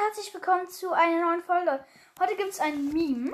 herzlich willkommen zu einer neuen Folge. Heute gibt es ein Meme.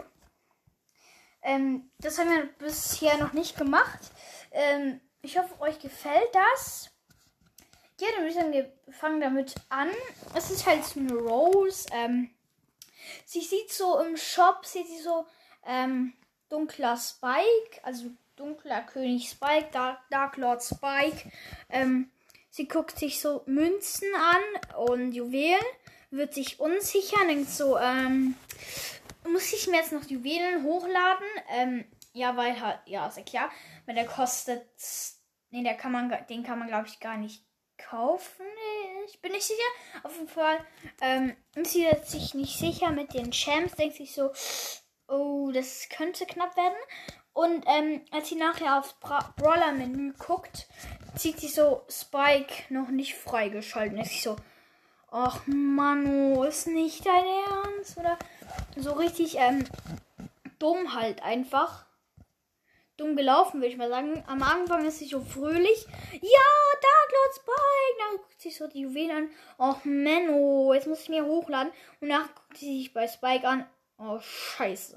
Das haben wir bisher noch nicht gemacht. Ich hoffe, euch gefällt das. Ja, dann würde ich sagen, wir fangen damit an. Es ist halt eine Rose. Sie sieht so im Shop, sieht sie so dunkler Spike, also dunkler König Spike, Dark Lord Spike. Sie guckt sich so Münzen an und Juwelen, wird sich unsicher, denkt so, muss ich mir jetzt noch Juwelen hochladen? Ja, weil halt, ja, ist ja klar, weil der kostet, den kann man glaube ich gar nicht kaufen. Ich bin nicht sicher. Auf jeden Fall ist sie sich nicht sicher mit den Champs, denkt sich so, oh, das könnte knapp werden. Und als sie nachher aufs Brawler-Menü guckt, sieht sie so Spike noch nicht freigeschalten. Ist sie so, ach Mano, ist nicht dein Ernst? Oder so richtig dumm halt einfach. Dumm gelaufen, würde ich mal sagen. Am Anfang ist sie so fröhlich. Ja, Dark Lord Spike. Dann guckt sie so die Juwelen an. Ach Menno, jetzt muss ich mir hochladen. Und nachher guckt sie sich bei Spike an. Oh, scheiße.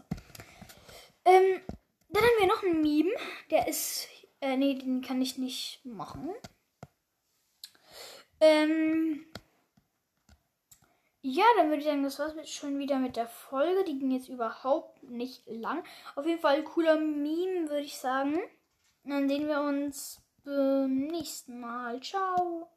Dann haben wir noch einen Meme. Der ist, nee, den kann ich nicht machen. Ja, dann würde ich sagen, das war's schon wieder mit der Folge. Die ging jetzt überhaupt nicht lang. Auf jeden Fall ein cooler Meme, würde ich sagen. Und dann sehen wir uns beim nächsten Mal. Ciao.